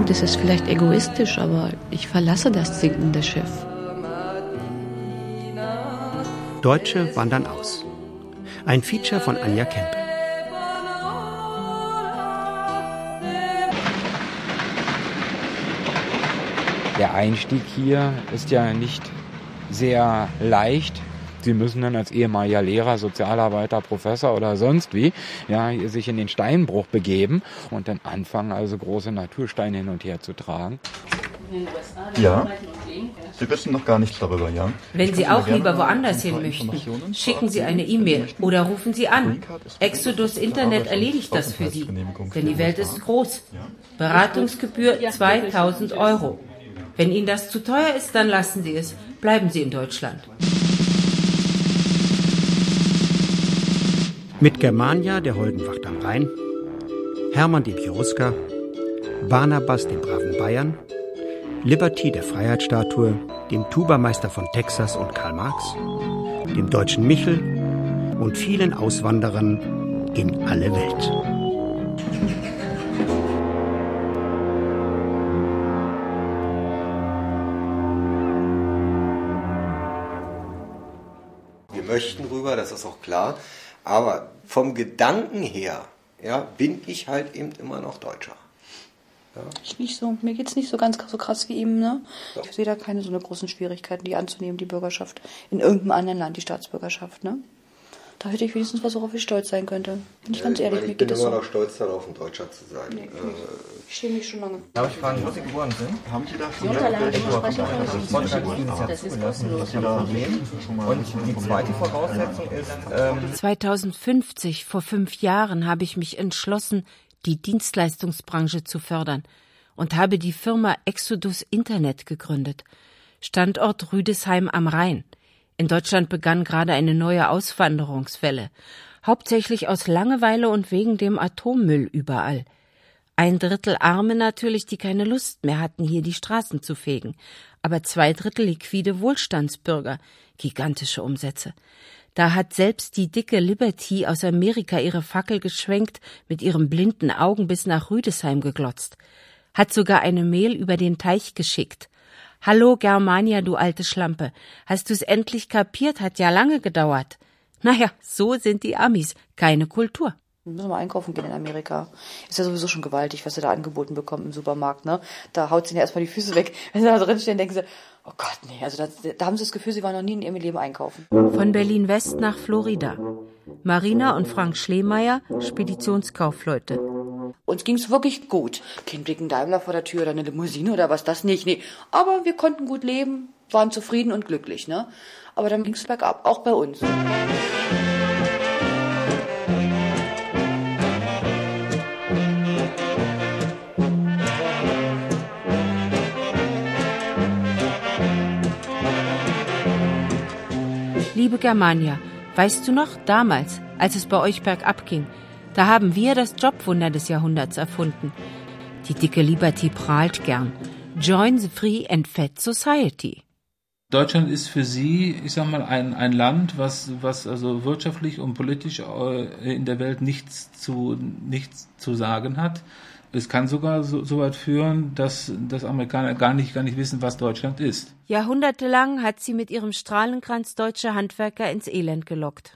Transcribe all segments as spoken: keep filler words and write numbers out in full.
das ist vielleicht egoistisch, aber ich verlasse das sinkende Schiff. Deutsche wandern aus. Ein Feature von Anja Kempe. Der Einstieg hier ist ja nicht sehr leicht. Sie müssen dann als ehemaliger Lehrer, Sozialarbeiter, Professor oder sonst wie, ja, sich in den Steinbruch begeben und dann anfangen, also große Natursteine hin und her zu tragen. Ja, Sie wissen noch gar nichts darüber, ja? Wenn Sie auch lieber woanders hin möchten, schicken Sie eine E-Mail oder rufen Sie an. Exodus Internet erledigt das für Sie, denn die Welt ist groß. Beratungsgebühr zweitausend Euro. Wenn Ihnen das zu teuer ist, dann lassen Sie es. Bleiben Sie in Deutschland. Mit Germania, der Holdenwacht am Rhein, Hermann dem Cherusker, Barnabas dem braven Bayern, Liberty der Freiheitsstatue, dem Tubameister von Texas und Karl Marx, dem deutschen Michel und vielen Auswanderern in alle Welt. Wir möchten rüber, das ist auch klar, aber vom Gedanken her, ja, bin ich halt eben immer noch Deutscher. Ja. Ich nicht so, mir geht es nicht so ganz so krass wie ihm. Ne? Ich sehe da keine so eine großen Schwierigkeiten, die anzunehmen, die Bürgerschaft in irgendeinem anderen Land, die Staatsbürgerschaft. Ne? Da hätte ich wenigstens was, worauf ich stolz sein könnte. Bin ich ganz Ja, ehrlich, ich mir geht bin es immer so. noch stolz darauf, ein Deutscher zu sein. Nee, äh, ich schäme mich schon lange. Darf ich fragen, wo Sie geboren sind? Haben Sie da Die Unterlagen das ist kostenlos. Und die zweite Voraussetzung ist... Ähm zweitausendfünfzig, vor fünf Jahren, habe ich mich entschlossen, die Dienstleistungsbranche zu fördern und habe die Firma Exodus Internet gegründet. Standort Rüdesheim am Rhein. In Deutschland begann gerade eine neue Auswanderungswelle, hauptsächlich aus Langeweile und wegen dem Atommüll überall. Ein Drittel Arme natürlich, die keine Lust mehr hatten, hier die Straßen zu fegen, aber zwei Drittel liquide Wohlstandsbürger, gigantische Umsätze. Da hat selbst die dicke Liberty aus Amerika ihre Fackel geschwenkt, mit ihren blinden Augen bis nach Rüdesheim geglotzt, hat sogar eine Mail über den Teich geschickt. »Hallo Germania, du alte Schlampe, hast du's endlich kapiert, hat ja lange gedauert.« Naja, so sind die Amis, keine Kultur. Wir müssen mal einkaufen gehen in Amerika. Ist ja sowieso schon gewaltig, was sie da angeboten bekommen im Supermarkt. Ne? Da haut sie ja erstmal die Füße weg. Wenn sie da drin stehen, denken sie, oh Gott, nee, also da, da haben sie das Gefühl, sie waren noch nie in ihrem Leben einkaufen. Von Berlin-West nach Florida. Marina und Frank Schleemeier, Speditionskaufleute. Uns ging's wirklich gut. Kein dicken Daimler vor der Tür oder eine Limousine oder was, das nicht. Nee. Aber wir konnten gut leben, waren zufrieden und glücklich. Ne? Aber dann ging's bergab, auch bei uns. Liebe Germania, weißt du noch, damals, als es bei euch bergab ging, da haben wir das Jobwunder des Jahrhunderts erfunden. Die dicke Liberty prahlt gern. Join the Free and Fat Society. Deutschland ist für sie, ich sag mal, ein, ein Land, was, was also wirtschaftlich und politisch in der Welt nichts zu, nichts zu sagen hat. Es kann sogar so, so weit führen, dass, dass Amerikaner gar nicht, gar nicht wissen, was Deutschland ist. Jahrhundertelang hat sie mit ihrem Strahlenkranz deutsche Handwerker ins Elend gelockt.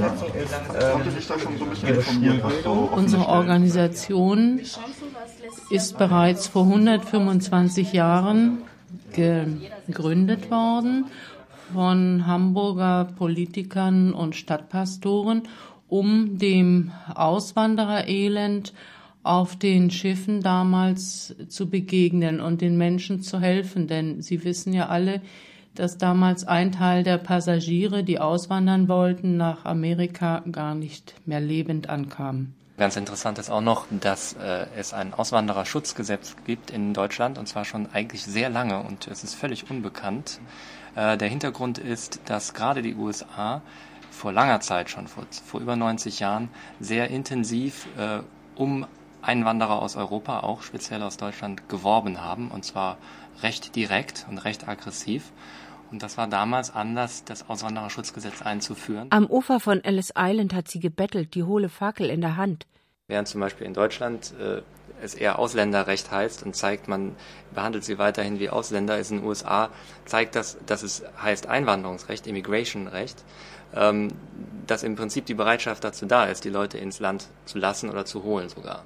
Unsere Organisation ist bereits vor hundertfünfundzwanzig Jahren gegründet worden von Hamburger Politikern und Stadtpastoren, um dem Auswandererelend auf den Schiffen damals zu begegnen und den Menschen zu helfen. Denn Sie wissen ja alle, dass damals ein Teil der Passagiere, die auswandern wollten, nach Amerika gar nicht mehr lebend ankamen. Ganz interessant ist auch noch, dass äh, es ein Auswandererschutzgesetz gibt in Deutschland, und zwar schon eigentlich sehr lange, und es ist völlig unbekannt. Äh, der Hintergrund ist, dass gerade die U S A vor langer Zeit, schon vor, vor über neunzig Jahren, sehr intensiv äh, um Einwanderer aus Europa, auch speziell aus Deutschland, geworben haben, und zwar recht direkt und recht aggressiv. Und das war damals Anlass, das Auswandererschutzgesetz einzuführen. Am Ufer von Ellis Island hat sie gebettelt, die hohle Fackel in der Hand. Während zum Beispiel in Deutschland äh, es eher Ausländerrecht heißt und zeigt, man behandelt sie weiterhin wie Ausländer, ist in den U S A, zeigt das, dass es heißt Einwanderungsrecht, Immigration-Recht, ähm, dass im Prinzip die Bereitschaft dazu da ist, die Leute ins Land zu lassen oder zu holen sogar.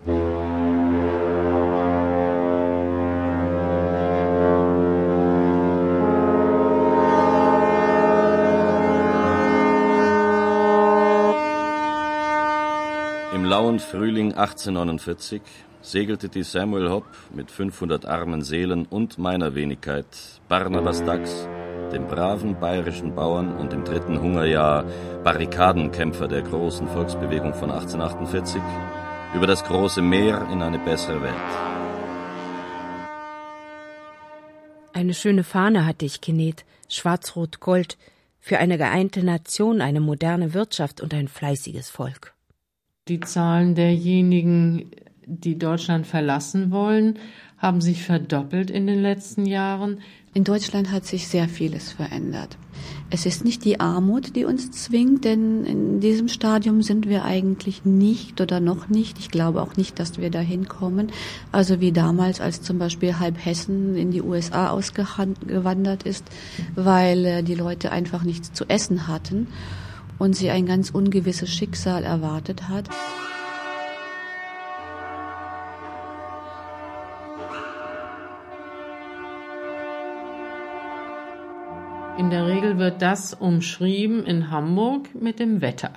Im lauen Frühling achtzehnhundertneunundvierzig segelte die Samuel Hope mit fünfhundert armen Seelen und meiner Wenigkeit, Barnabas Dax, dem braven bayerischen Bauern und im dritten Hungerjahr Barrikadenkämpfer der großen Volksbewegung von achtzehnhundertachtundvierzig, über das große Meer in eine bessere Welt. Eine schöne Fahne hatte ich genäht, schwarz-rot-gold, für eine geeinte Nation, eine moderne Wirtschaft und ein fleißiges Volk. Die Zahlen derjenigen, die Deutschland verlassen wollen, haben sich verdoppelt in den letzten Jahren. In Deutschland hat sich sehr vieles verändert. Es ist nicht die Armut, die uns zwingt, denn in diesem Stadium sind wir eigentlich nicht oder noch nicht. Ich glaube auch nicht, dass wir dahin kommen. Also wie damals, als zum Beispiel halb Hessen in die U S A ausgewandert ist, weil die Leute einfach nichts zu essen hatten und sie ein ganz ungewisses Schicksal erwartet hat. In der Regel wird das umschrieben in Hamburg mit dem Wetter.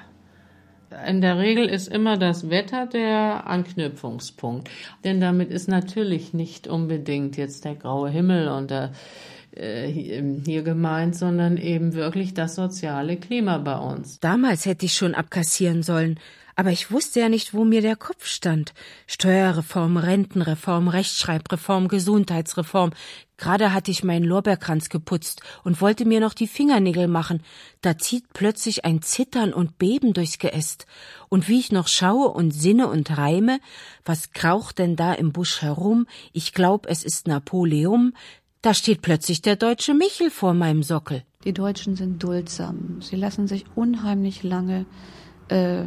In der Regel ist immer das Wetter der Anknüpfungspunkt. Denn damit ist natürlich nicht unbedingt jetzt der graue Himmel und der, äh, hier gemeint, sondern eben wirklich das soziale Klima bei uns. Damals hätte ich schon abkassieren sollen. Aber ich wusste ja nicht, wo mir der Kopf stand. Steuerreform, Rentenreform, Rechtschreibreform, Gesundheitsreform. Gerade hatte ich meinen Lorbeerkranz geputzt und wollte mir noch die Fingernägel machen. Da zieht plötzlich ein Zittern und Beben durchs Geäst. Und wie ich noch schaue und sinne und reime, was kraucht denn da im Busch herum? Ich glaub, es ist Napoleon. Da steht plötzlich der deutsche Michel vor meinem Sockel. Die Deutschen sind duldsam. Sie lassen sich unheimlich lange äh,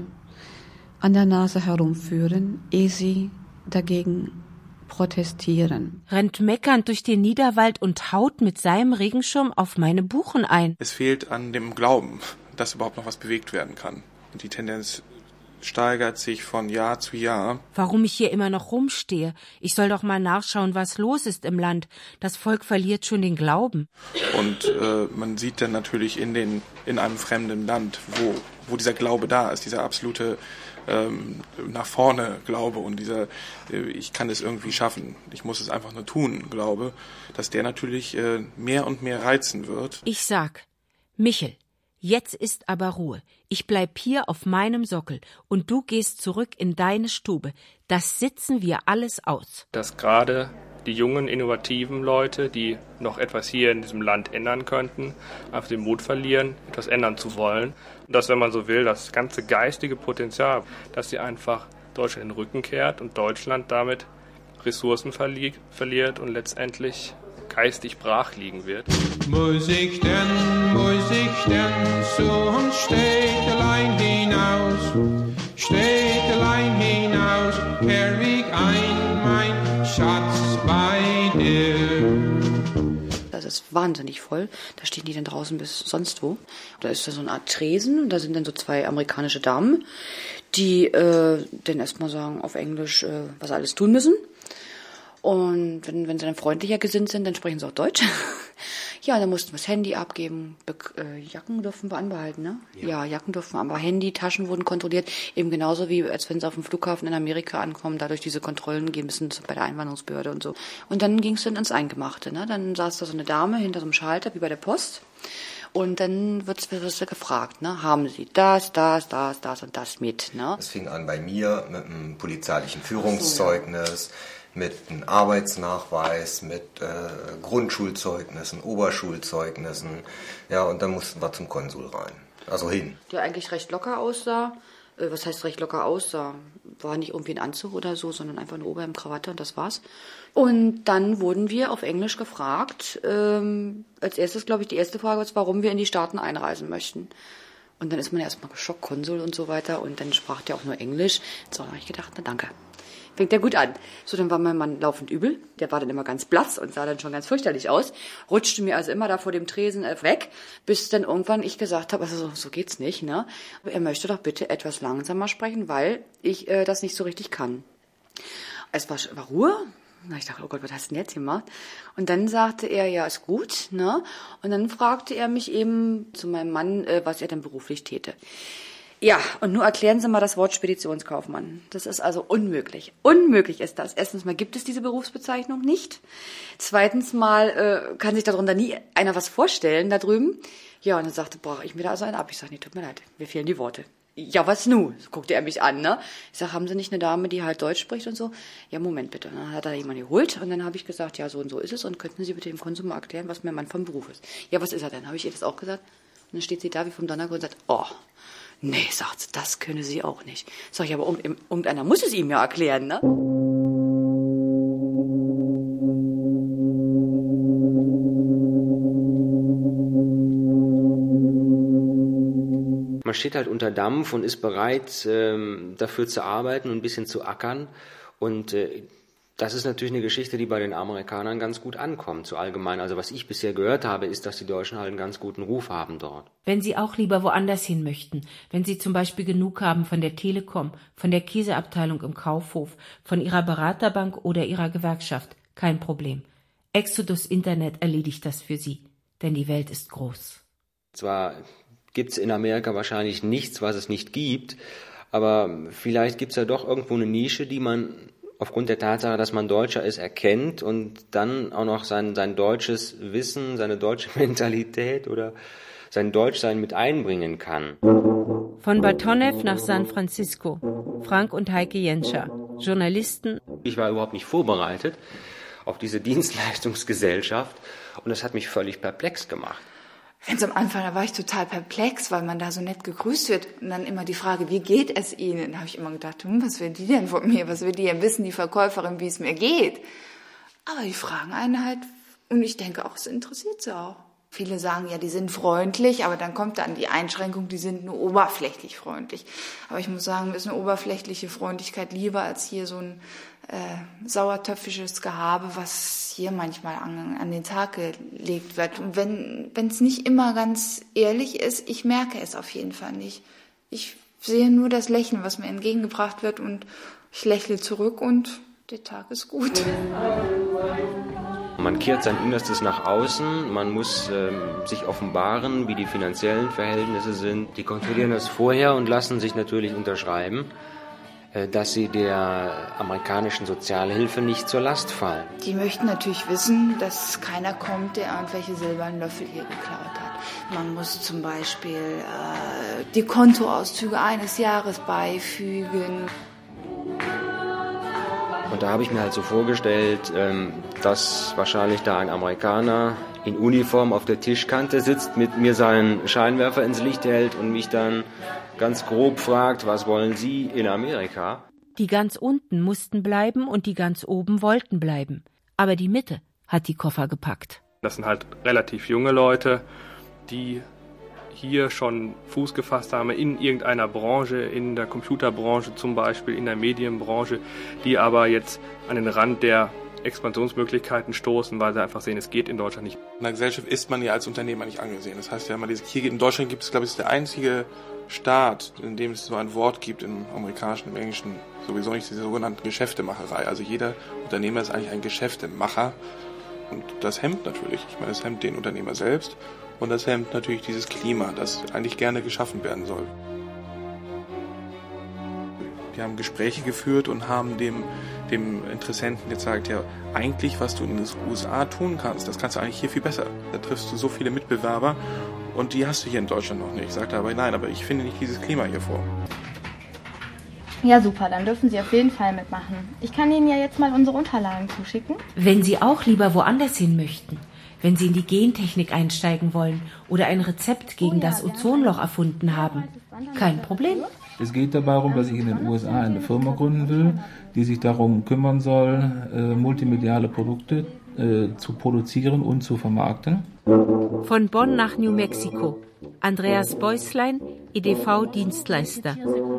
an der Nase herumführen, ehe sie dagegen protestieren. Rennt meckernd durch den Niederwald und haut mit seinem Regenschirm auf meine Buchen ein. Es fehlt an dem Glauben, dass überhaupt noch was bewegt werden kann. Und die Tendenz steigert sich von Jahr zu Jahr. Warum ich hier immer noch rumstehe? Ich soll doch mal nachschauen, was los ist im Land. Das Volk verliert schon den Glauben. Und äh, man sieht dann natürlich in, den, in einem fremden Land, wo, wo dieser Glaube da ist, dieser absolute ähm, nach vorne Glaube und dieser äh, ich kann es irgendwie schaffen, ich muss es einfach nur tun, Glaube, dass der natürlich äh, mehr und mehr reizen wird. Ich sag, Michel, jetzt ist aber Ruhe. Ich bleib hier auf meinem Sockel und du gehst zurück in deine Stube. Das sitzen wir alles aus. Dass gerade die jungen, innovativen Leute, die noch etwas hier in diesem Land ändern könnten, einfach den Mut verlieren, etwas ändern zu wollen. Und dass, wenn man so will, das ganze geistige Potenzial, dass sie einfach Deutschland in den Rücken kehrt und Deutschland damit Ressourcen verli- verliert und letztendlich geistig brach liegen wird. Muss ich denn, muss ich denn zum Städtelein hinaus, Städtelein hinaus, kehr ich ein, mein Schatz bei dir. Das ist wahnsinnig voll. Da stehen die dann draußen bis sonst wo. Da ist da so eine Art Tresen und da sind dann so zwei amerikanische Damen, die äh, dann erstmal sagen auf Englisch, äh, was sie alles tun müssen. Und wenn, wenn sie dann freundlicher gesinnt sind, dann sprechen sie auch Deutsch. Ja, dann mussten wir das Handy abgeben. Be- äh, Jacken dürfen wir anbehalten, ne? Ja. ja, Jacken dürfen wir, aber Handy, Taschen wurden kontrolliert. Eben genauso wie, als wenn sie auf dem Flughafen in Amerika ankommen, dadurch diese Kontrollen gehen müssen bei der Einwanderungsbehörde und so. Und dann ging es dann ans Eingemachte, ne? Dann saß da so eine Dame hinter so einem Schalter, wie bei der Post. Und dann wird es gefragt, ne? Haben Sie das, das, das, das und das mit, ne? Das fing an bei mir mit einem polizeilichen Führungszeugnis, mit einem Arbeitsnachweis, mit äh, Grundschulzeugnissen, Oberschulzeugnissen. Ja, und dann mussten wir zum Konsul rein. Also hin. Der eigentlich recht locker aussah. Äh, was heißt recht locker aussah? War nicht irgendwie ein Anzug oder so, sondern einfach eine Oberhemd, Krawatte und das war's. Und dann wurden wir auf Englisch gefragt. Ähm, als erstes, glaube ich, die erste Frage ist, warum wir in die Staaten einreisen möchten. Und dann ist man erstmal geschockt, Konsul und so weiter. Und dann sprach der auch nur Englisch. So habe ich gedacht, na danke. Fängt der gut an. So, dann war mein Mann laufend übel. Der war dann immer ganz blass und sah dann schon ganz fürchterlich aus. Rutschte mir also immer da vor dem Tresen äh, weg, bis dann irgendwann ich gesagt habe, also so, so geht's nicht, ne? Aber er möchte doch bitte etwas langsamer sprechen, weil ich äh, das nicht so richtig kann. Es war, war Ruhe. Na, ich dachte, oh Gott, was hast du denn jetzt gemacht? Und dann sagte er, ja, ist gut, ne? Und dann fragte er mich eben zu meinem Mann, äh, was er denn beruflich täte. Ja, und nur erklären Sie mal das Wort Speditionskaufmann. Das ist also unmöglich. Unmöglich ist das. Erstens mal gibt es diese Berufsbezeichnung nicht. Zweitens mal äh, kann sich darunter nie einer was vorstellen da drüben. Ja, und dann sagte, brauche ich mir da also einen ab. Ich sage, nee, tut mir leid, mir fehlen die Worte. Ja, was nu? So guckte er mich an, ne? Ich sag, haben Sie nicht eine Dame, die halt Deutsch spricht und so? Ja, Moment bitte. Dann hat er jemanden geholt und dann habe ich gesagt, ja, so und so ist es und könnten Sie bitte dem Konsum erklären, was mein Mann vom Beruf ist. Ja, was ist er denn? Habe ich ihr das auch gesagt? Und dann steht sie da wie vom Donnergrund und sagt, oh, nee, sagt sie, das könne sie auch nicht. Sag ich, aber irgendeiner muss es ihm ja erklären, ne? Man steht halt unter Dampf und ist bereit, ähm, dafür zu arbeiten und ein bisschen zu ackern. Und äh, das ist natürlich eine Geschichte, die bei den Amerikanern ganz gut ankommt, so allgemein. Also was ich bisher gehört habe, ist, dass die Deutschen halt einen ganz guten Ruf haben dort. Wenn Sie auch lieber woanders hin möchten, wenn Sie zum Beispiel genug haben von der Telekom, von der Käseabteilung im Kaufhof, von Ihrer Beraterbank oder Ihrer Gewerkschaft, kein Problem. Exodus Internet erledigt das für Sie, denn die Welt ist groß. Zwar gibt es in Amerika wahrscheinlich nichts, was es nicht gibt, aber vielleicht gibt es ja doch irgendwo eine Nische, die man aufgrund der Tatsache, dass man Deutscher ist, erkennt und dann auch noch sein, sein deutsches Wissen, seine deutsche Mentalität oder sein Deutschsein mit einbringen kann. Von Batonev nach San Francisco. Frank und Heike Jenscher, Journalisten. Ich war überhaupt nicht vorbereitet auf diese Dienstleistungsgesellschaft und das hat mich völlig perplex gemacht. Ganz am Anfang, da war ich total perplex, weil man da so nett gegrüßt wird. Und dann immer die Frage, wie geht es Ihnen? Da habe ich immer gedacht, hm, was will die denn von mir? Was will die denn wissen, die Verkäuferin, wie es mir geht? Aber die fragen einen halt, und ich denke auch, es interessiert sie auch. Viele sagen, ja, die sind freundlich, aber dann kommt dann die Einschränkung, die sind nur oberflächlich freundlich. Aber ich muss sagen, mir ist eine oberflächliche Freundlichkeit lieber als hier so ein äh, sauertöpfisches Gehabe, was hier manchmal an, an den Tag gelegt wird. Und wenn wenn es nicht immer ganz ehrlich ist, ich merke es auf jeden Fall nicht. Ich sehe nur das Lächeln, was mir entgegengebracht wird und ich lächle zurück und der Tag ist gut. Man kehrt sein Innerstes nach außen, man muss ähm, sich offenbaren, wie die finanziellen Verhältnisse sind. Die kontrollieren das vorher und lassen sich natürlich unterschreiben, äh, dass sie der amerikanischen Sozialhilfe nicht zur Last fallen. Die möchten natürlich wissen, dass keiner kommt, der irgendwelche silbernen Löffel hier geklaut hat. Man muss zum Beispiel äh, die Kontoauszüge eines Jahres beifügen. Und da habe ich mir halt so vorgestellt, dass wahrscheinlich da ein Amerikaner in Uniform auf der Tischkante sitzt, mit mir seinen Scheinwerfer ins Licht hält und mich dann ganz grob fragt, was wollen Sie in Amerika? Die ganz unten mussten bleiben und die ganz oben wollten bleiben. Aber die Mitte hat die Koffer gepackt. Das sind halt relativ junge Leute, die hier schon Fuß gefasst haben in irgendeiner Branche, in der Computerbranche zum Beispiel, in der Medienbranche, die aber jetzt an den Rand der Expansionsmöglichkeiten stoßen, weil sie einfach sehen, es geht in Deutschland nicht. In der Gesellschaft ist man ja als Unternehmer nicht angesehen. Das heißt, wenn man hier in Deutschland gibt es, glaube ich, ist der einzige Staat, in dem es so ein Wort gibt, im amerikanischen, im englischen, sowieso nicht diese sogenannte Geschäftemacherei. Also jeder Unternehmer ist eigentlich ein Geschäftemacher und das hemmt natürlich. Ich meine, es hemmt den Unternehmer selbst. Und das hemmt natürlich dieses Klima, das eigentlich gerne geschaffen werden soll. Wir haben Gespräche geführt und haben dem, dem Interessenten gezeigt, ja, eigentlich, was du in den U S A tun kannst, das kannst du eigentlich hier viel besser. Da triffst du so viele Mitbewerber und die hast du hier in Deutschland noch nicht. Ich sagte aber, nein, aber ich finde nicht dieses Klima hier vor. Ja, super, dann dürfen Sie auf jeden Fall mitmachen. Ich kann Ihnen ja jetzt mal unsere Unterlagen zuschicken. Wenn Sie auch lieber woanders hin möchten, wenn Sie in die Gentechnik einsteigen wollen oder ein Rezept gegen das Ozonloch erfunden haben, kein Problem. Es geht dabei darum, dass ich in den U S A eine Firma gründen will, die sich darum kümmern soll, äh, multimediale Produkte äh, zu produzieren und zu vermarkten. Von Bonn nach New Mexico. Andreas Beuslein, E D V-Dienstleister.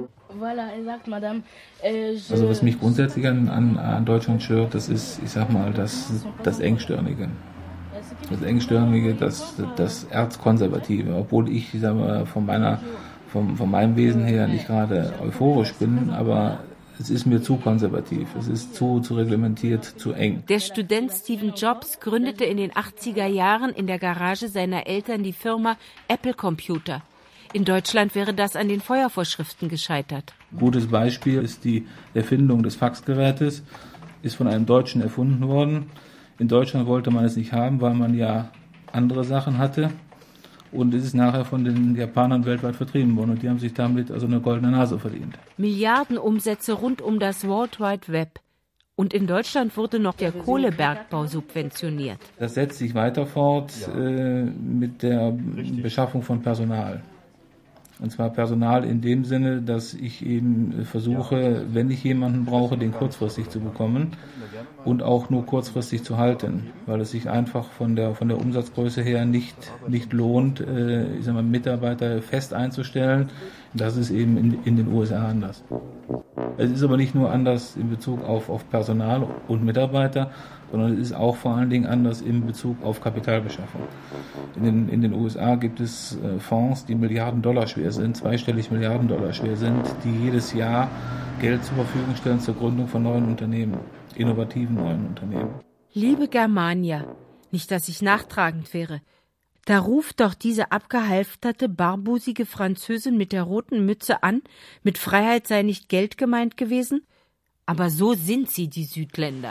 Also was mich grundsätzlich an, an, an Deutschland stört, das ist, ich sag mal, das, das Engstirnige. Das Engstirnige, das, das Erzkonservative. Obwohl ich, ich sag mal, von meiner, von, von meinem Wesen her nicht gerade euphorisch bin, aber es ist mir zu konservativ, es ist zu, zu reglementiert, zu eng. Der Student Steve Jobs gründete in den achtziger Jahren in der Garage seiner Eltern die Firma Apple Computer. In Deutschland wäre das an den Feuervorschriften gescheitert. Gutes Beispiel ist die Erfindung des Faxgerätes, ist von einem Deutschen erfunden worden. In Deutschland wollte man es nicht haben, weil man ja andere Sachen hatte. Und es ist nachher von den Japanern weltweit vertrieben worden. Und die haben sich damit also eine goldene Nase verdient. Milliardenumsätze rund um das World Wide Web. Und in Deutschland wurde noch der Kohlebergbau subventioniert. Das setzt sich weiter fort äh, mit der Beschaffung von Personal. Und zwar Personal in dem Sinne, dass ich eben versuche, wenn ich jemanden brauche, den kurzfristig zu bekommen und auch nur kurzfristig zu halten, weil es sich einfach von der von der Umsatzgröße her nicht nicht lohnt, äh, ich sag mal, Mitarbeiter fest einzustellen. Das ist eben in, in den U S A anders. Es ist aber nicht nur anders in Bezug auf auf Personal und Mitarbeiter, sondern es ist auch vor allen Dingen anders in Bezug auf Kapitalbeschaffung. In den, in den U S A gibt es äh, Fonds, die Milliarden Dollar schwer sind, zweistellig Milliarden Dollar schwer sind, die jedes Jahr Geld zur Verfügung stellen zur Gründung von neuen Unternehmen, innovativen neuen Unternehmen. Liebe Germania, nicht, dass ich nachtragend wäre, da ruft doch diese abgehalfterte, barbusige Französin mit der roten Mütze an, mit Freiheit sei nicht Geld gemeint gewesen? Aber so sind sie, die Südländer.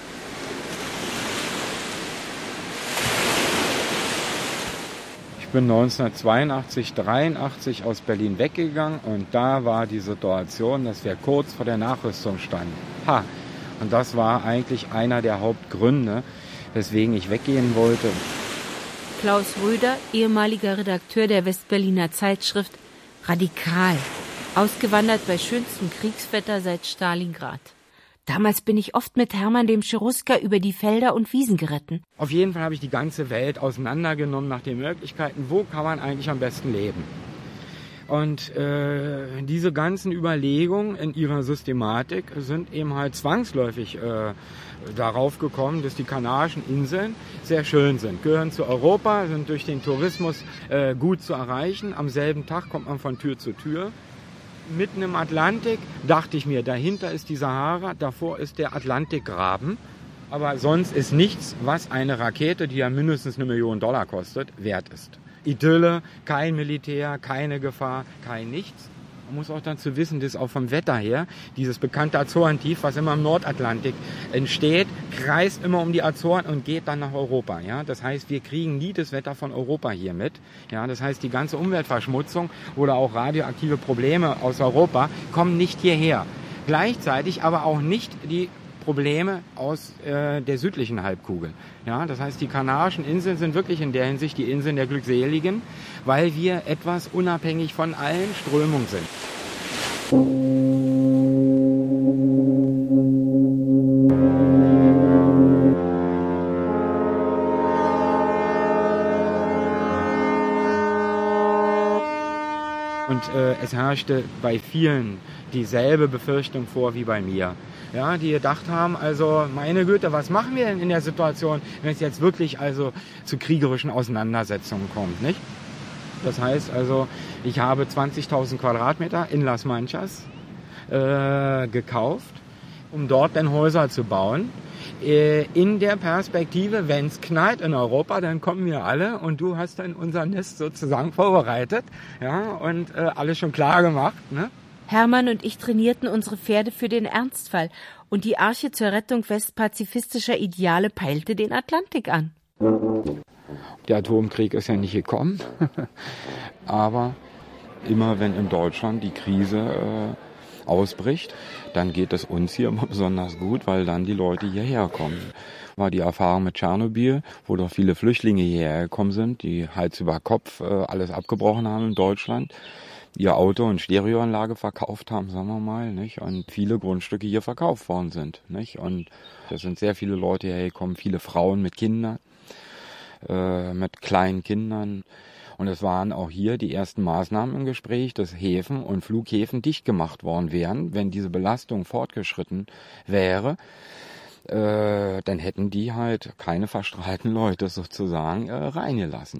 Ich bin neunzehnhundertzweiundachtzig, dreiundachtzig aus Berlin weggegangen und da war die Situation, dass wir kurz vor der Nachrüstung standen. Ha! Und das war eigentlich einer der Hauptgründe, weswegen ich weggehen wollte. Klaus Röder, ehemaliger Redakteur der Westberliner Zeitschrift Radikal, ausgewandert bei schönstem Kriegswetter seit Stalingrad. Damals bin ich oft mit Hermann dem Cherusker über die Felder und Wiesen geritten. Auf jeden Fall habe ich die ganze Welt auseinandergenommen nach den Möglichkeiten, wo kann man eigentlich am besten leben. Und äh, diese ganzen Überlegungen in ihrer Systematik sind eben halt zwangsläufig äh, darauf gekommen, dass die Kanarischen Inseln sehr schön sind, gehören zu Europa, sind durch den Tourismus äh, gut zu erreichen. Am selben Tag kommt man von Tür zu Tür. Mitten im Atlantik dachte ich mir, dahinter ist die Sahara, davor ist der Atlantikgraben. Aber sonst ist nichts, was eine Rakete, die ja mindestens eine Million Dollar kostet, wert ist. Idylle, kein Militär, keine Gefahr, kein nichts. Man muss auch dazu wissen, dass auch vom Wetter her dieses bekannte Azorentief, was immer im Nordatlantik entsteht, kreist immer um die Azoren und geht dann nach Europa. Ja? Das heißt, wir kriegen nie das Wetter von Europa hier mit. Ja? Das heißt, die ganze Umweltverschmutzung oder auch radioaktive Probleme aus Europa kommen nicht hierher. Gleichzeitig aber auch nicht die Probleme aus äh, der südlichen Halbkugel. Ja, das heißt, die Kanarischen Inseln sind wirklich in der Hinsicht die Inseln der Glückseligen, weil wir etwas unabhängig von allen Strömungen sind. Und äh, es herrschte bei vielen dieselbe Befürchtung vor wie bei mir. Ja, die gedacht haben, also meine Güte, was machen wir denn in der Situation, wenn es jetzt wirklich also zu kriegerischen Auseinandersetzungen kommt, nicht? Das heißt also, ich habe zwanzigtausend Quadratmeter in Las Manchas äh, gekauft, um dort dann Häuser zu bauen. Äh, in der Perspektive, wenn es knallt in Europa, dann kommen wir alle und du hast dann unser Nest sozusagen vorbereitet, ja, und äh, alles schon klar gemacht, ne? Hermann und ich trainierten unsere Pferde für den Ernstfall und die Arche zur Rettung westpazifistischer Ideale peilte den Atlantik an. Der Atomkrieg ist ja nicht gekommen, aber immer wenn in Deutschland die Krise äh, ausbricht, dann geht es uns hier immer besonders gut, weil dann die Leute hierher kommen. War die Erfahrung mit Tschernobyl, wo doch viele Flüchtlinge hierher gekommen sind, die Hals über Kopf äh, alles abgebrochen haben in Deutschland, ihr Auto und Stereoanlage verkauft haben, sagen wir mal, nicht? Und viele Grundstücke hier verkauft worden sind, nicht? Und da sind sehr viele Leute hergekommen, viele Frauen mit Kindern. äh, mit kleinen Kindern. Und es waren auch hier die ersten Maßnahmen im Gespräch, dass Häfen und Flughäfen dicht gemacht worden wären. Wenn diese Belastung fortgeschritten wäre, äh, dann hätten die halt keine verstrahlten Leute sozusagen äh, reingelassen.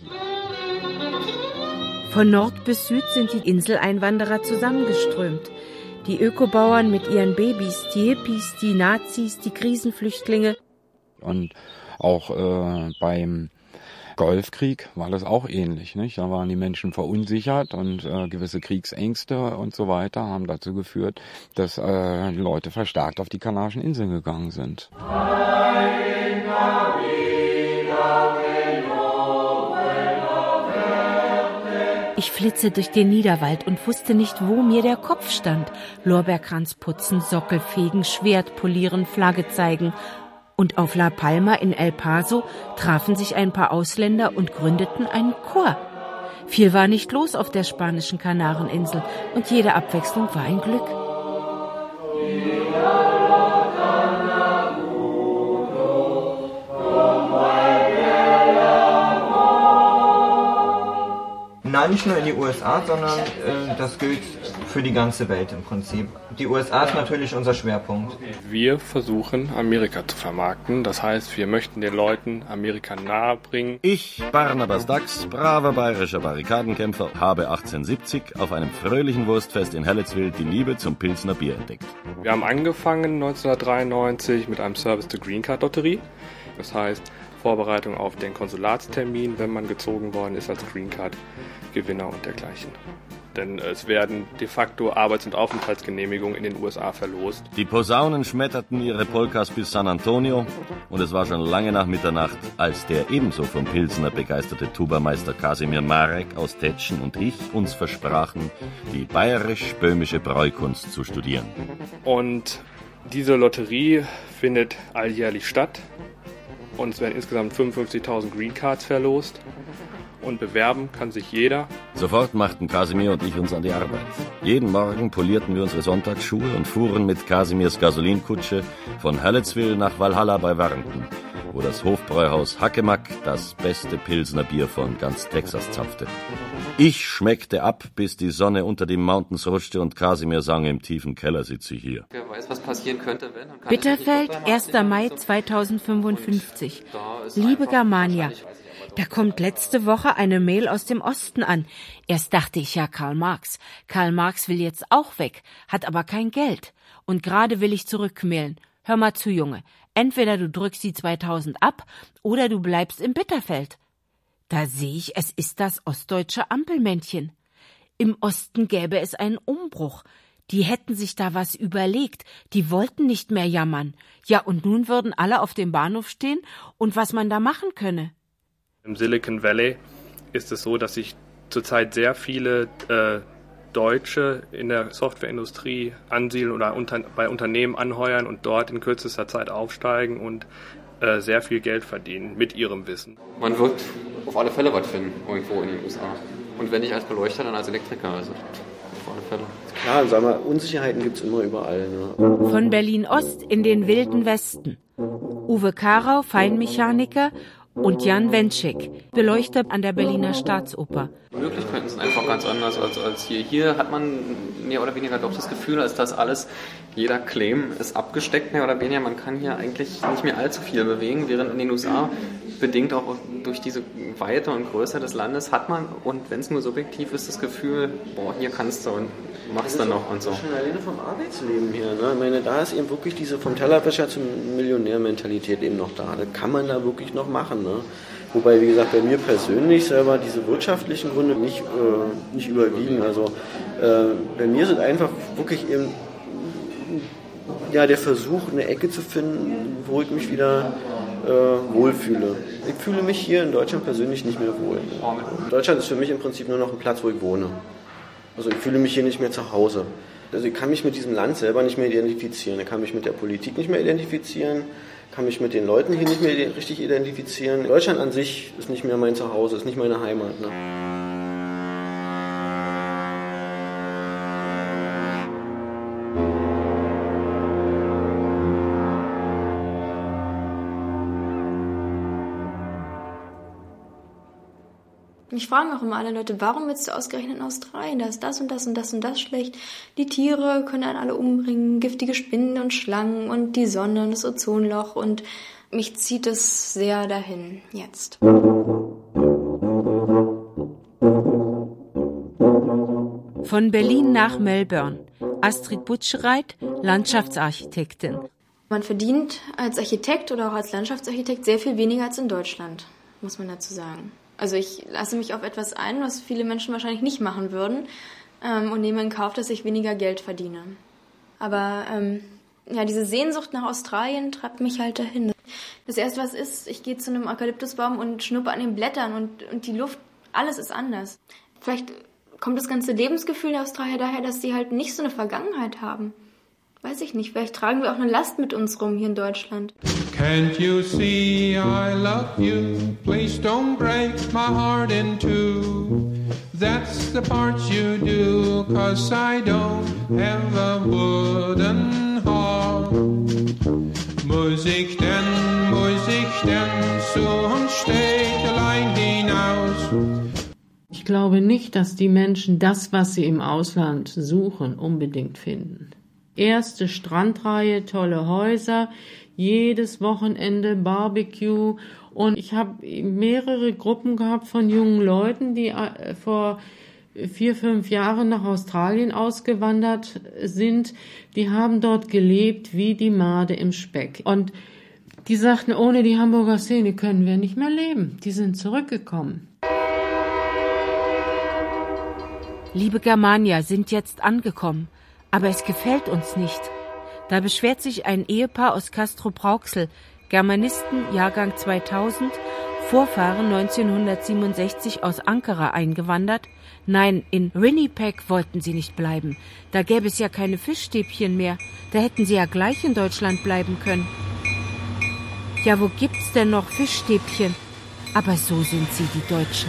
Von Nord bis Süd sind die Inseleinwanderer zusammengeströmt. Die Ökobauern mit ihren Babys, die Hippies, die Nazis, die Krisenflüchtlinge. Und auch äh, beim Golfkrieg war das auch ähnlich, nicht? Da waren die Menschen verunsichert und äh, gewisse Kriegsängste und so weiter haben dazu geführt, dass äh, Leute verstärkt auf die Kanarischen Inseln gegangen sind. Ich flitze durch den Niederwald und wusste nicht, wo mir der Kopf stand. Lorbeerkranz putzen, Sockel fegen, Schwert polieren, Flagge zeigen. Und auf La Palma in El Paso trafen sich ein paar Ausländer und gründeten einen Chor. Viel war nicht los auf der spanischen Kanareninsel und jede Abwechslung war ein Glück. Nein, nicht nur in die U S A, sondern äh, das gilt für die ganze Welt im Prinzip. Die U S A ist natürlich unser Schwerpunkt. Wir versuchen, Amerika zu vermarkten. Das heißt, wir möchten den Leuten Amerika nahebringen. Ich, Barnabas Dax, braver bayerischer Barrikadenkämpfer, habe achtzehnhundertsiebzig auf einem fröhlichen Wurstfest in Helletzwil die Liebe zum Pilsner Bier entdeckt. Wir haben angefangen neunzehnhundertdreiundneunzig mit einem Service to Green Card Lotterie. Das heißt, Vorbereitung auf den Konsulatstermin, wenn man gezogen worden ist als Green Card Gewinner und dergleichen. Denn es werden de facto Arbeits- und Aufenthaltsgenehmigungen in den U S A verlost. Die Posaunen schmetterten ihre Polkas bis San Antonio und es war schon lange nach Mitternacht, als der ebenso vom Pilsner begeisterte Tubameister Kasimir Marek aus Tetschen und ich uns versprachen, die bayerisch-böhmische Bräukunst zu studieren. Und diese Lotterie findet alljährlich statt und es werden insgesamt fünfundfünfzigtausend Green Cards verlost. Und bewerben kann sich jeder. Sofort machten Kasimir und ich uns an die Arbeit. Jeden Morgen polierten wir unsere Sonntagsschuhe und fuhren mit Kasimirs Gasolinkutsche von Helletzwil nach Walhalla bei Warnton, wo das Hofbräuhaus Hackemack das beste Pilsner Bier von ganz Texas zapfte. Ich schmeckte ab, bis die Sonne unter den Mountains rutschte und Kasimir sang, im tiefen Keller sitze ich hier. Wer weiß, was passieren könnte, wenn. Bitterfeld, erster Mai zweitausendfünfundfünfzig. Liebe Germania, da kommt letzte Woche eine Mail aus dem Osten an. Erst dachte ich ja Karl Marx. Karl Marx will jetzt auch weg, hat aber kein Geld. Und gerade will ich zurückmailen. Hör mal zu, Junge. Entweder du drückst die zweitausend ab oder du bleibst im Bitterfeld. Da sehe ich, es ist das ostdeutsche Ampelmännchen. Im Osten gäbe es einen Umbruch. Die hätten sich da was überlegt. Die wollten nicht mehr jammern. Ja, und nun würden alle auf dem Bahnhof stehen und was man da machen könne. Im Silicon Valley ist es so, dass sich zurzeit sehr viele äh, Deutsche in der Softwareindustrie ansiedeln oder unter, bei Unternehmen anheuern und dort in kürzester Zeit aufsteigen und äh, sehr viel Geld verdienen mit ihrem Wissen. Man wird auf alle Fälle was finden, irgendwo in den U S A. Und wenn nicht als Beleuchter, dann als Elektriker. Also auf alle Fälle. Klar, sagen wir, Unsicherheiten gibt es immer überall. Ne? Von Berlin-Ost in den wilden Westen. Uwe Karau, Feinmechaniker, und Jan Wenschek, Beleuchter an der Berliner Staatsoper. Die Möglichkeiten sind einfach ganz anders als, als hier. Hier hat man mehr oder weniger doch das Gefühl, als dass alles, jeder Claim ist abgesteckt, mehr oder weniger. Man kann hier eigentlich nicht mehr allzu viel bewegen, während in den U S A, bedingt auch durch diese Weite und Größe des Landes, hat man, und wenn es nur subjektiv ist, das Gefühl, boah, hier kannst du und machst du noch und so. Schon alleine vom Arbeitsleben hier, ne? Ich meine, da ist eben wirklich diese vom Tellerwäscher zur Millionärmentalität eben noch da. Das kann man da wirklich noch machen, ne? Wobei, wie gesagt, bei mir persönlich selber diese wirtschaftlichen Gründe nicht, äh, nicht überwiegen. Also äh, bei mir sind einfach wirklich eben ja, der Versuch, eine Ecke zu finden, wo ich mich wieder äh, wohlfühle. Ich fühle mich hier in Deutschland persönlich nicht mehr wohl. Deutschland ist für mich im Prinzip nur noch ein Platz, wo ich wohne. Also ich fühle mich hier nicht mehr zu Hause. Also ich kann mich mit diesem Land selber nicht mehr identifizieren. Ich kann mich mit der Politik nicht mehr identifizieren. Ich kann mich mit den Leuten hier nicht mehr richtig identifizieren. Deutschland an sich ist nicht mehr mein Zuhause, ist nicht meine Heimat. Ne? Mich fragen auch immer alle Leute, warum willst du ausgerechnet in Australien? Da ist das und das und das und das schlecht. Die Tiere können einen alle umbringen, giftige Spinnen und Schlangen und die Sonne und das Ozonloch. Und mich zieht es sehr dahin jetzt. Von Berlin nach Melbourne. Astrid Butschreit, Landschaftsarchitektin. Man verdient als Architekt oder auch als Landschaftsarchitekt sehr viel weniger als in Deutschland, muss man dazu sagen. Also ich lasse mich auf etwas ein, was viele Menschen wahrscheinlich nicht machen würden, ähm, und nehme in Kauf, dass ich weniger Geld verdiene. Aber ähm, ja, diese Sehnsucht nach Australien treibt mich halt dahin. Das Erste, was ist, ich gehe zu einem Eukalyptusbaum und schnuppe an den Blättern und, und die Luft, alles ist anders. Vielleicht kommt das ganze Lebensgefühl der Australier daher, dass sie halt nicht so eine Vergangenheit haben. Weiß ich nicht, vielleicht tragen wir auch eine Last mit uns rum hier in Deutschland. Can't you see I love you? Please don't break my heart in two. That's the part you do, 'cause I don't have a wooden heart. Muss ich denn, muss ich denn zum Städtelein hinaus? Ich glaube nicht, dass die Menschen das, was sie im Ausland suchen, unbedingt finden. Erste Strandreihe, tolle Häuser, jedes Wochenende Barbecue. Und ich habe mehrere Gruppen gehabt von jungen Leuten, die vor vier, fünf Jahren nach Australien ausgewandert sind. Die haben dort gelebt wie die Made im Speck. Und die sagten, ohne die Hamburger Szene können wir nicht mehr leben. Die sind zurückgekommen. Liebe Germania, sind jetzt angekommen. Aber es gefällt uns nicht. Da beschwert sich ein Ehepaar aus Castrop-Rauxel, Germanisten, Jahrgang zweitausend, Vorfahren neunzehnhundertsiebenundsechzig aus Ankara eingewandert. Nein, in Winnipeg wollten sie nicht bleiben. Da gäbe es ja keine Fischstäbchen mehr. Da hätten sie ja gleich in Deutschland bleiben können. Ja, wo gibt's denn noch Fischstäbchen? Aber so sind sie, die Deutschen.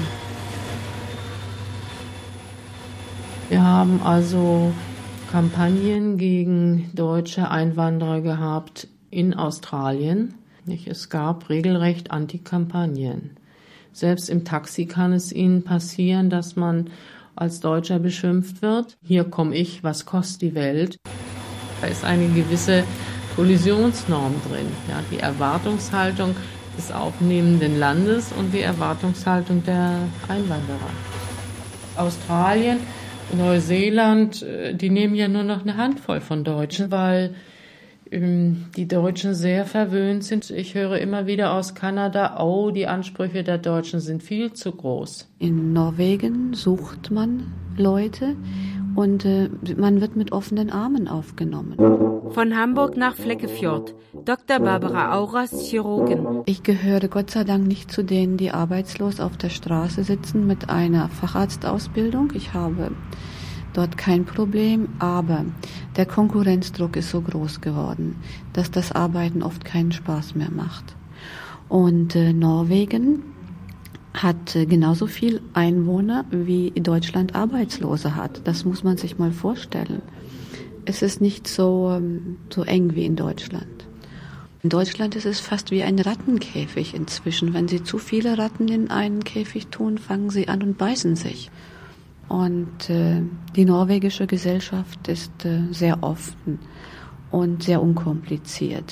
Wir haben also Kampagnen gegen deutsche Einwanderer gehabt in Australien. Es gab regelrecht Antikampagnen. Selbst im Taxi kann es Ihnen passieren, dass man als Deutscher beschimpft wird. Hier komme ich, was kostet die Welt? Da ist eine gewisse Kollisionsnorm drin. Ja, die Erwartungshaltung des aufnehmenden Landes und die Erwartungshaltung der Einwanderer. Australien, Neuseeland, die nehmen ja nur noch eine Handvoll von Deutschen, weil ähm, die Deutschen sehr verwöhnt sind. Ich höre immer wieder aus Kanada, oh, die Ansprüche der Deutschen sind viel zu groß. In Norwegen sucht man Leute und äh, man wird mit offenen Armen aufgenommen. Von Hamburg nach Fleckefjord. Doktor Barbara Auras, Chirurgin. Ich gehöre Gott sei Dank nicht zu denen, die arbeitslos auf der Straße sitzen mit einer Facharztausbildung. Ich habe dort kein Problem, aber der Konkurrenzdruck ist so groß geworden, dass das Arbeiten oft keinen Spaß mehr macht. Und äh, Norwegen hat äh, genauso viel Einwohner, wie Deutschland Arbeitslose hat. Das muss man sich mal vorstellen. Es ist nicht so, so eng wie in Deutschland. In Deutschland ist es fast wie ein Rattenkäfig inzwischen. Wenn Sie zu viele Ratten in einen Käfig tun, fangen sie an und beißen sich. Und äh, die norwegische Gesellschaft ist äh, sehr offen und sehr unkompliziert.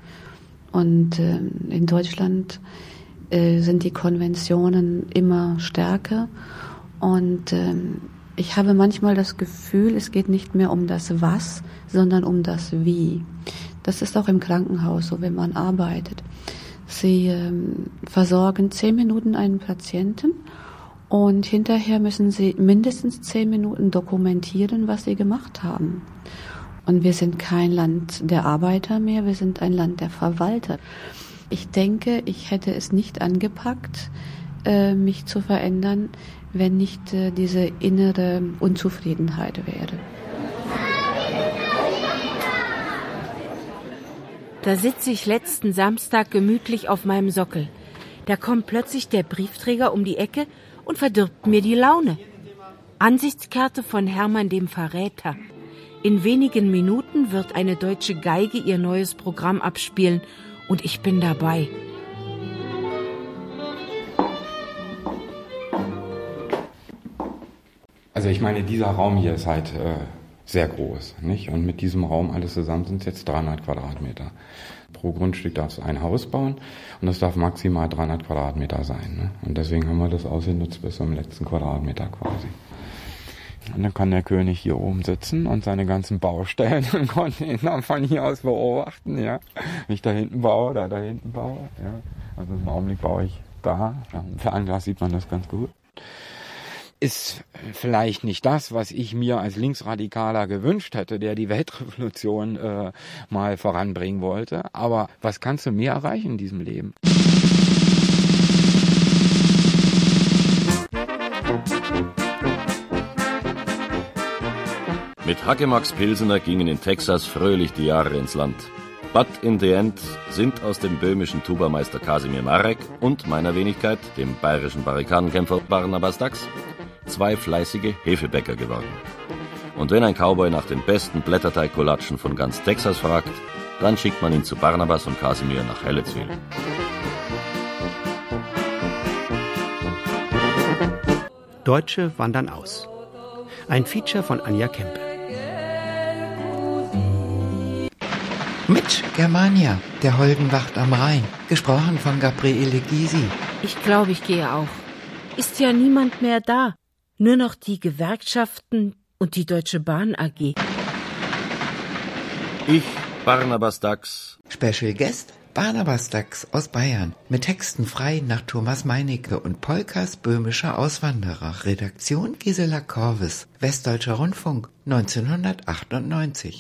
Und äh, in Deutschland äh, sind die Konventionen immer stärker und äh, ich habe manchmal das Gefühl, es geht nicht mehr um das Was, sondern um das Wie. Das ist auch im Krankenhaus so, wenn man arbeitet. Sie ähm, versorgen zehn Minuten einen Patienten und hinterher müssen Sie mindestens zehn Minuten dokumentieren, was Sie gemacht haben. Und wir sind kein Land der Arbeiter mehr, wir sind ein Land der Verwalter. Ich denke, ich hätte es nicht angepackt, äh, mich zu verändern, wenn nicht äh, diese innere Unzufriedenheit wäre. Da sitze ich letzten Samstag gemütlich auf meinem Sockel. Da kommt plötzlich der Briefträger um die Ecke und verdirbt mir die Laune. Ansichtskarte von Hermann dem Verräter. In wenigen Minuten wird eine deutsche Geige ihr neues Programm abspielen und ich bin dabei. Also ich meine, dieser Raum hier ist halt äh, sehr groß, nicht? Und mit diesem Raum alles zusammen sind es jetzt dreihundert Quadratmeter. Pro Grundstück darfst du ein Haus bauen und das darf maximal dreihundert Quadratmeter sein. Ne? Und deswegen haben wir das ausgenutzt bis zum letzten Quadratmeter quasi. Und dann kann der König hier oben sitzen und seine ganzen Baustellen und Container von hier aus beobachten, ja. Wenn ich da hinten baue oder da hinten baue, ja. Also im Augenblick baue ich da. Ja, im Fernglas sieht man das ganz gut. Ist vielleicht nicht das, was ich mir als Linksradikaler gewünscht hätte, der die Weltrevolution äh, mal voranbringen wollte. Aber was kannst du mehr erreichen in diesem Leben? Mit Hackemax Pilsener gingen in Texas fröhlich die Jahre ins Land. But in the end sind aus dem böhmischen Tubameister Kasimir Marek und meiner Wenigkeit, dem bayerischen Barrikadenkämpfer Barnabas Dax, zwei fleißige Hefebäcker geworden. Und wenn ein Cowboy nach den besten Blätterteigkolatschen von ganz Texas fragt, dann schickt man ihn zu Barnabas und Kasimir nach Heletswil. Deutsche wandern aus. Ein Feature von Anja Kempe. Mit Germania, der Holden wacht am Rhein. Gesprochen von Gabriele Gysi. Ich glaube, ich gehe auch. Ist ja niemand mehr da. Nur noch die Gewerkschaften und die Deutsche Bahn A G. Ich, Barnabas Dax. Special Guest Barnabas Dax aus Bayern. Mit Texten frei nach Thomas Meinecke und Polkas böhmischer Auswanderer. Redaktion Gisela Korves. Westdeutscher Rundfunk neunzehnhundertachtundneunzig.